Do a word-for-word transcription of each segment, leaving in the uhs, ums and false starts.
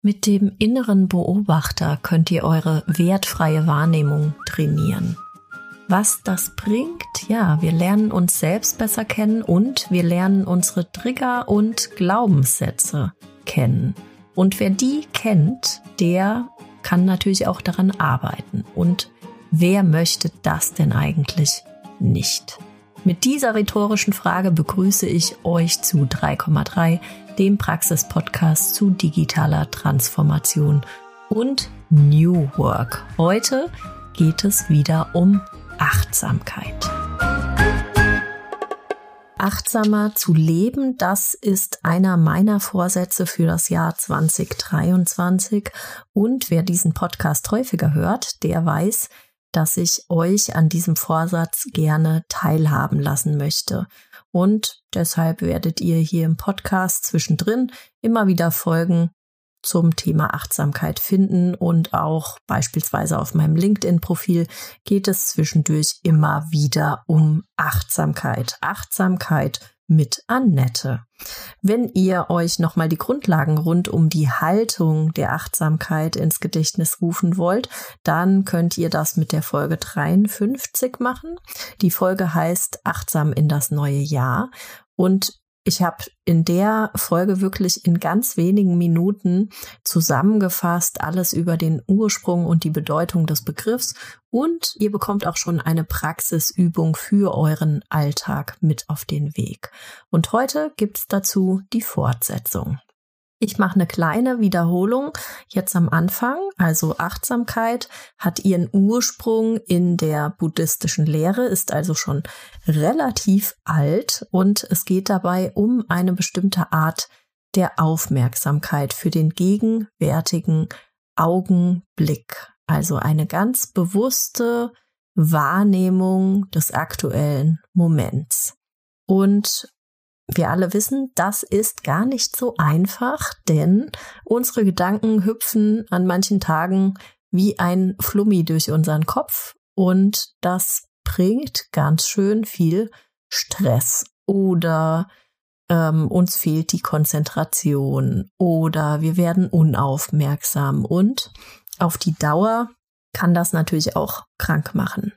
Mit dem inneren Beobachter könnt ihr eure wertfreie Wahrnehmung trainieren. Was das bringt? Ja, wir lernen uns selbst besser kennen und wir lernen unsere Trigger und Glaubenssätze kennen. Und wer die kennt, der kann natürlich auch daran arbeiten. Und wer möchte das denn eigentlich nicht? Mit dieser rhetorischen Frage begrüße ich euch zu drei Komma drei, dem Praxis-Podcast zu digitaler Transformation und New Work. Heute geht es wieder um Achtsamkeit. Achtsamer zu leben, das ist einer meiner Vorsätze für das Jahr zwanzig dreiundzwanzig. Und wer diesen Podcast häufiger hört, der weiß, dass ich euch an diesem Vorsatz gerne teilhaben lassen möchte. Und deshalb werdet ihr hier im Podcast zwischendrin immer wieder Folgen zum Thema Achtsamkeit finden und auch beispielsweise auf meinem LinkedIn-Profil geht es zwischendurch immer wieder um Achtsamkeit. Achtsamkeit mit Annette. Wenn ihr euch nochmal die Grundlagen rund um die Haltung der Achtsamkeit ins Gedächtnis rufen wollt, dann könnt ihr das mit der Folge dreiundfünfzig machen. Die Folge heißt Achtsam in das neue Jahr und ich habe in der Folge wirklich in ganz wenigen Minuten zusammengefasst alles über den Ursprung und die Bedeutung des Begriffs und ihr bekommt auch schon eine Praxisübung für euren Alltag mit auf den Weg. Und heute gibt's dazu die Fortsetzung. Ich mache eine kleine Wiederholung jetzt am Anfang. Also Achtsamkeit hat ihren Ursprung in der buddhistischen Lehre, ist also schon relativ alt und es geht dabei um eine bestimmte Art der Aufmerksamkeit für den gegenwärtigen Augenblick. Also eine ganz bewusste Wahrnehmung des aktuellen Moments. Und wir alle wissen, das ist gar nicht so einfach, denn unsere Gedanken hüpfen an manchen Tagen wie ein Flummi durch unseren Kopf und das bringt ganz schön viel Stress oder ähm, uns fehlt die Konzentration oder wir werden unaufmerksam und auf die Dauer kann das natürlich auch krank machen.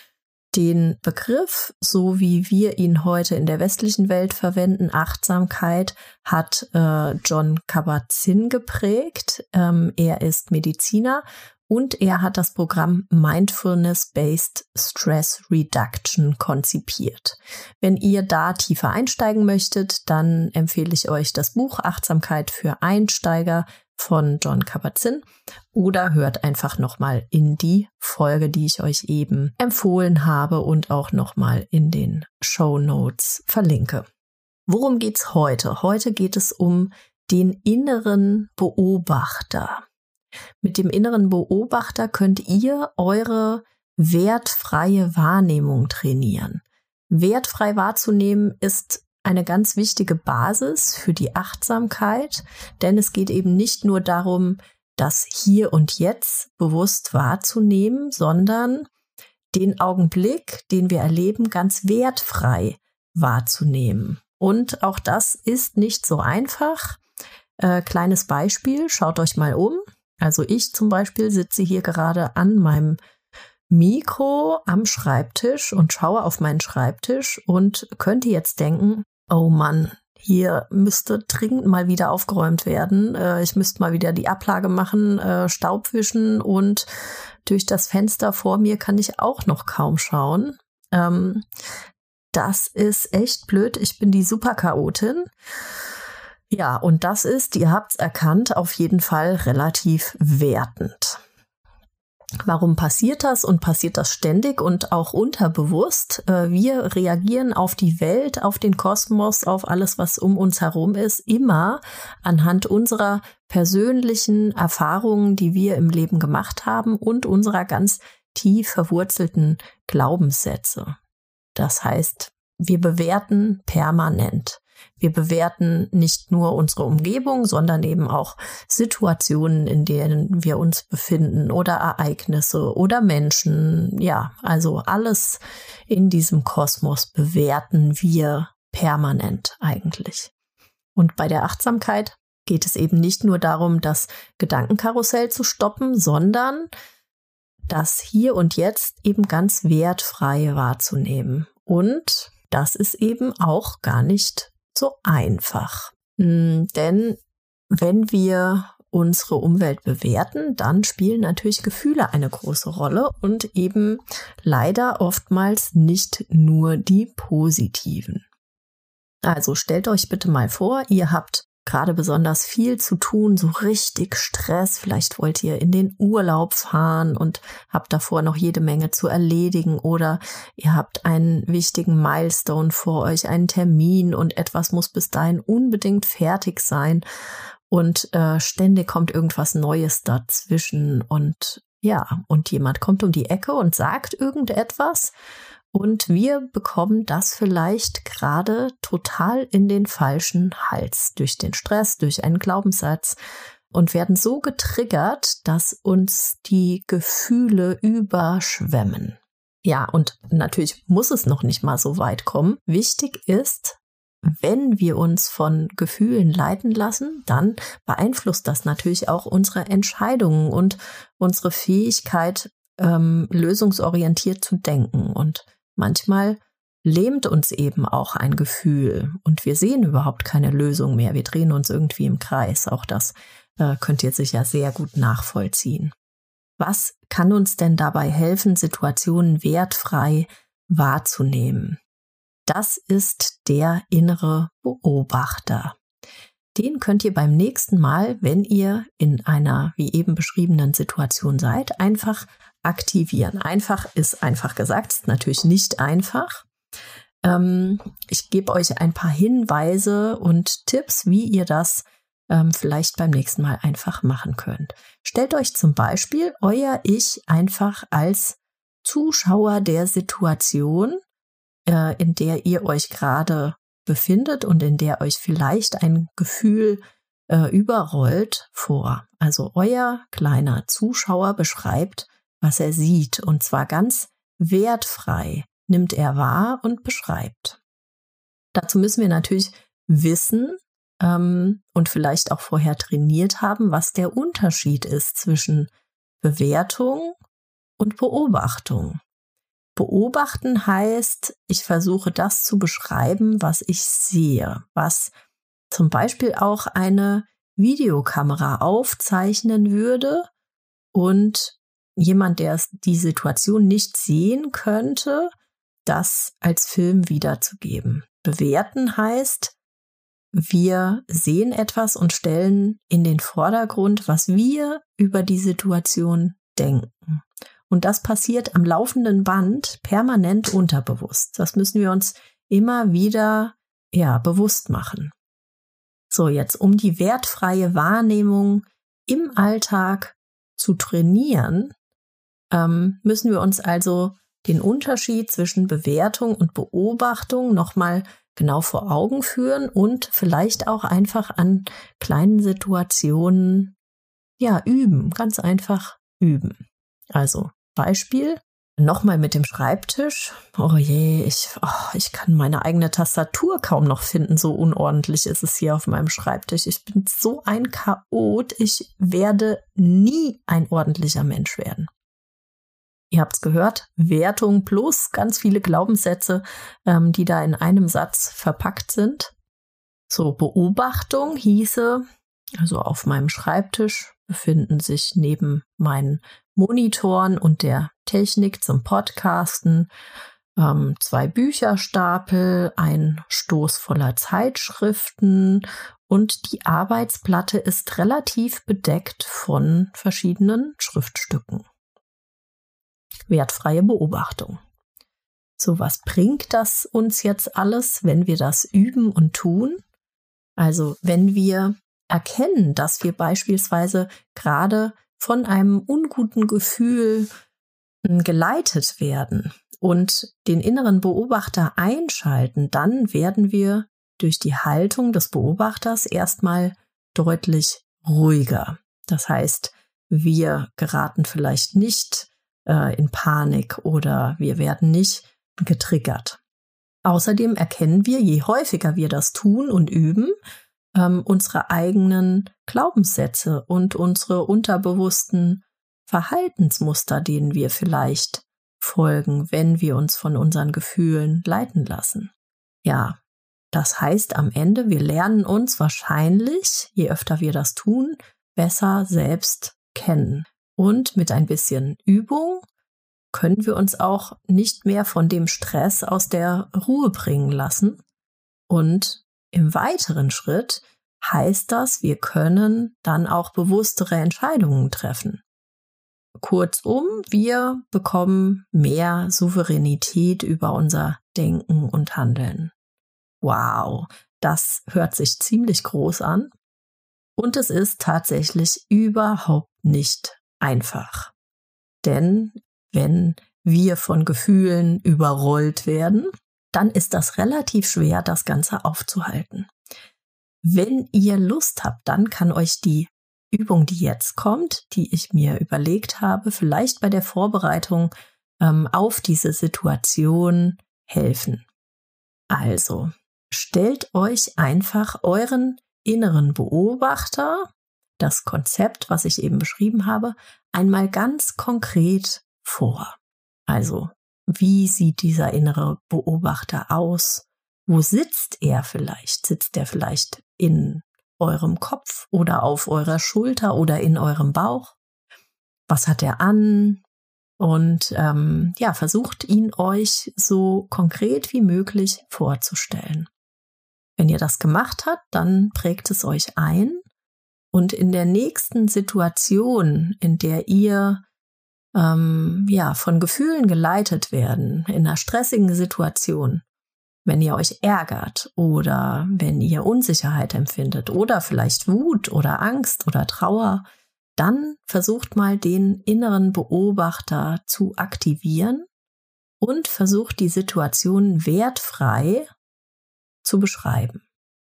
Den Begriff, so wie wir ihn heute in der westlichen Welt verwenden, Achtsamkeit, hat äh, Jon Kabat-Zinn geprägt. Ähm, er ist Mediziner und er hat das Programm Mindfulness-Based Stress Reduction konzipiert. Wenn ihr da tiefer einsteigen möchtet, dann empfehle ich euch das Buch Achtsamkeit für Einsteiger von Jon Kabat-Zinn oder hört einfach nochmal in die Folge, die ich euch eben empfohlen habe und auch nochmal in den Shownotes verlinke. Worum geht's heute? Heute geht es um den inneren Beobachter. Mit dem inneren Beobachter könnt ihr eure wertfreie Wahrnehmung trainieren. Wertfrei wahrzunehmen ist eine ganz wichtige Basis für die Achtsamkeit, denn es geht eben nicht nur darum, das Hier und Jetzt bewusst wahrzunehmen, sondern den Augenblick, den wir erleben, ganz wertfrei wahrzunehmen. Und auch das ist nicht so einfach. Äh, kleines Beispiel, schaut euch mal um. Also ich zum Beispiel sitze hier gerade an meinem Mikro am Schreibtisch und schaue auf meinen Schreibtisch und könnte jetzt denken, oh Mann, hier müsste dringend mal wieder aufgeräumt werden. Äh, ich müsste mal wieder die Ablage machen, äh, Staub wischen und durch das Fenster vor mir kann ich auch noch kaum schauen. Ähm, das ist echt blöd. Ich bin die Superchaotin. Ja, und das ist, ihr habt's erkannt, auf jeden Fall relativ wertend. Warum passiert das und passiert das ständig und auch unterbewusst? Wir reagieren auf die Welt, auf den Kosmos, auf alles, was um uns herum ist, immer anhand unserer persönlichen Erfahrungen, die wir im Leben gemacht haben und unserer ganz tief verwurzelten Glaubenssätze. Das heißt, wir bewerten permanent. Wir bewerten nicht nur unsere Umgebung, sondern eben auch Situationen, in denen wir uns befinden oder Ereignisse oder Menschen. Ja, also alles in diesem Kosmos bewerten wir permanent eigentlich. Und bei der Achtsamkeit geht es eben nicht nur darum, das Gedankenkarussell zu stoppen, sondern das Hier und Jetzt eben ganz wertfrei wahrzunehmen. Und das ist eben auch gar nicht so einfach. Denn wenn wir unsere Umwelt bewerten, dann spielen natürlich Gefühle eine große Rolle und eben leider oftmals nicht nur die positiven. Also stellt euch bitte mal vor, ihr habt gerade besonders viel zu tun, so richtig Stress. Vielleicht wollt ihr in den Urlaub fahren und habt davor noch jede Menge zu erledigen oder ihr habt einen wichtigen Milestone vor euch, einen Termin und etwas muss bis dahin unbedingt fertig sein und äh, ständig kommt irgendwas Neues dazwischen und ja, und jemand kommt um die Ecke und sagt irgendetwas. Und wir bekommen das vielleicht gerade total in den falschen Hals durch den Stress, durch einen Glaubenssatz und werden so getriggert, dass uns die Gefühle überschwemmen. Ja, und natürlich muss es noch nicht mal so weit kommen. Wichtig ist, wenn wir uns von Gefühlen leiten lassen, dann beeinflusst das natürlich auch unsere Entscheidungen und unsere Fähigkeit, ähm, lösungsorientiert zu denken. Und manchmal lähmt uns eben auch ein Gefühl und wir sehen überhaupt keine Lösung mehr. Wir drehen uns irgendwie im Kreis. Auch das äh, könnt ihr sicher sehr gut nachvollziehen. Was kann uns denn dabei helfen, Situationen wertfrei wahrzunehmen? Das ist der innere Beobachter. Den könnt ihr beim nächsten Mal, wenn ihr in einer, wie eben beschriebenen Situation seid, einfach aktivieren. Einfach ist einfach gesagt, ist natürlich nicht einfach. Ähm, ich gebe euch ein paar Hinweise und Tipps, wie ihr das ähm, vielleicht beim nächsten Mal einfach machen könnt. Stellt euch zum Beispiel euer Ich einfach als Zuschauer der Situation, äh, in der ihr euch gerade befindet und in der euch vielleicht ein Gefühl äh, überrollt, vor. Also euer kleiner Zuschauer beschreibt, was er sieht, und zwar ganz wertfrei nimmt er wahr und beschreibt. Dazu müssen wir natürlich wissen ähm, und vielleicht auch vorher trainiert haben, was der Unterschied ist zwischen Bewertung und Beobachtung. Beobachten heißt, ich versuche das zu beschreiben, was ich sehe, was zum Beispiel auch eine Videokamera aufzeichnen würde und jemand, der die Situation nicht sehen könnte, das als Film wiederzugeben. Bewerten heißt, wir sehen etwas und stellen in den Vordergrund, was wir über die Situation denken. Und das passiert am laufenden Band permanent unterbewusst. Das müssen wir uns immer wieder ja, bewusst machen. So, jetzt um die wertfreie Wahrnehmung im Alltag zu trainieren, ähm, müssen wir uns also den Unterschied zwischen Bewertung und Beobachtung nochmal genau vor Augen führen und vielleicht auch einfach an kleinen Situationen ja üben, ganz einfach üben. Also Beispiel, nochmal mit dem Schreibtisch. Oh je, ich, oh, ich kann meine eigene Tastatur kaum noch finden, so unordentlich ist es hier auf meinem Schreibtisch. Ich bin so ein Chaot, ich werde nie ein ordentlicher Mensch werden. Ihr habt es gehört, Wertung plus ganz viele Glaubenssätze, ähm, die da in einem Satz verpackt sind. So, Beobachtung hieße, also auf meinem Schreibtisch befinden sich neben meinen Monitoren und der Technik zum Podcasten ähm, zwei Bücherstapel, ein Stoß voller Zeitschriften und die Arbeitsplatte ist relativ bedeckt von verschiedenen Schriftstücken. Wertfreie Beobachtung. So, was bringt das uns jetzt alles, wenn wir das üben und tun? Also, wenn wir erkennen, dass wir beispielsweise gerade von einem unguten Gefühl geleitet werden und den inneren Beobachter einschalten, dann werden wir durch die Haltung des Beobachters erstmal deutlich ruhiger. Das heißt, wir geraten vielleicht nicht äh, in Panik oder wir werden nicht getriggert. Außerdem erkennen wir, je häufiger wir das tun und üben, ähm, unsere eigenen Glaubenssätze und unsere unterbewussten Verhaltensmuster, denen wir vielleicht folgen, wenn wir uns von unseren Gefühlen leiten lassen. Ja, das heißt am Ende, wir lernen uns wahrscheinlich, je öfter wir das tun, besser selbst kennen. Und mit ein bisschen Übung können wir uns auch nicht mehr von dem Stress aus der Ruhe bringen lassen. Und im weiteren Schritt heißt das, wir können dann auch bewusstere Entscheidungen treffen. Kurzum, wir bekommen mehr Souveränität über unser Denken und Handeln. Wow, das hört sich ziemlich groß an. Und es ist tatsächlich überhaupt nicht einfach. Denn wenn wir von Gefühlen überrollt werden, dann ist das relativ schwer, das Ganze aufzuhalten. Wenn ihr Lust habt, dann kann euch die Übung, die jetzt kommt, die ich mir überlegt habe, vielleicht bei der Vorbereitung ähm, auf diese Situation helfen. Also, stellt euch einfach euren inneren Beobachter, das Konzept, was ich eben beschrieben habe, einmal ganz konkret vor. Also, wie sieht dieser innere Beobachter aus? Wo sitzt er vielleicht? Sitzt er vielleicht in eurem Kopf oder auf eurer Schulter oder in eurem Bauch? Was hat er an? Und ähm, ja, versucht ihn euch so konkret wie möglich vorzustellen. Wenn ihr das gemacht habt, dann prägt es euch ein und in der nächsten Situation, in der ihr ähm, ja von Gefühlen geleitet werden, in einer stressigen Situation, wenn ihr euch ärgert oder wenn ihr Unsicherheit empfindet oder vielleicht Wut oder Angst oder Trauer, dann versucht mal den inneren Beobachter zu aktivieren und versucht die Situation wertfrei zu beschreiben.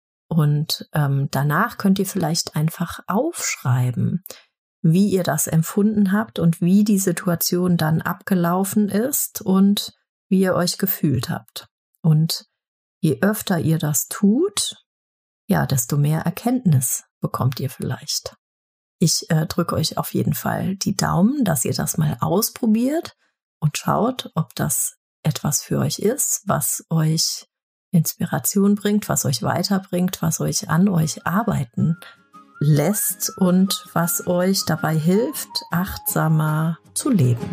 Und ähm, danach könnt ihr vielleicht einfach aufschreiben, wie ihr das empfunden habt und wie die Situation dann abgelaufen ist und wie ihr euch gefühlt habt. Und je öfter ihr das tut, ja, desto mehr Erkenntnis bekommt ihr vielleicht. Ich äh, drücke euch auf jeden Fall die Daumen, dass ihr das mal ausprobiert und schaut, ob das etwas für euch ist, was euch Inspiration bringt, was euch weiterbringt, was euch an euch arbeiten lässt und was euch dabei hilft, achtsamer zu leben.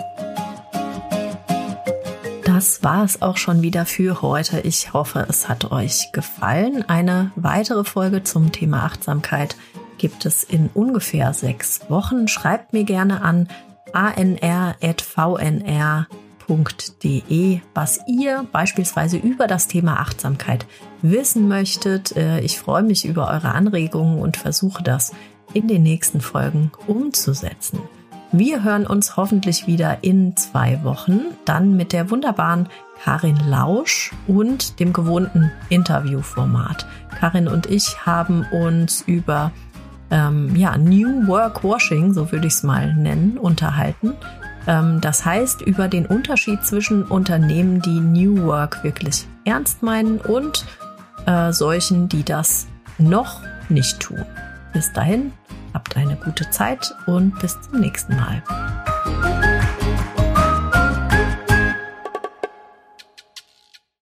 Das war es auch schon wieder für heute. Ich hoffe, es hat euch gefallen. Eine weitere Folge zum Thema Achtsamkeit gibt es in ungefähr sechs Wochen. Schreibt mir gerne an a n r at v n r punkt d e, was ihr beispielsweise über das Thema Achtsamkeit wissen möchtet. Ich freue mich über eure Anregungen und versuche das in den nächsten Folgen umzusetzen. Wir hören uns hoffentlich wieder in zwei Wochen, dann mit der wunderbaren Karin Lausch und dem gewohnten Interviewformat. Karin und ich haben uns über ähm, ja, New Work Washing, so würde ich es mal nennen, unterhalten. Ähm, das heißt, über den Unterschied zwischen Unternehmen, die New Work wirklich ernst meinen und äh, solchen, die das noch nicht tun. Bis dahin, habt eine gute Zeit und bis zum nächsten Mal.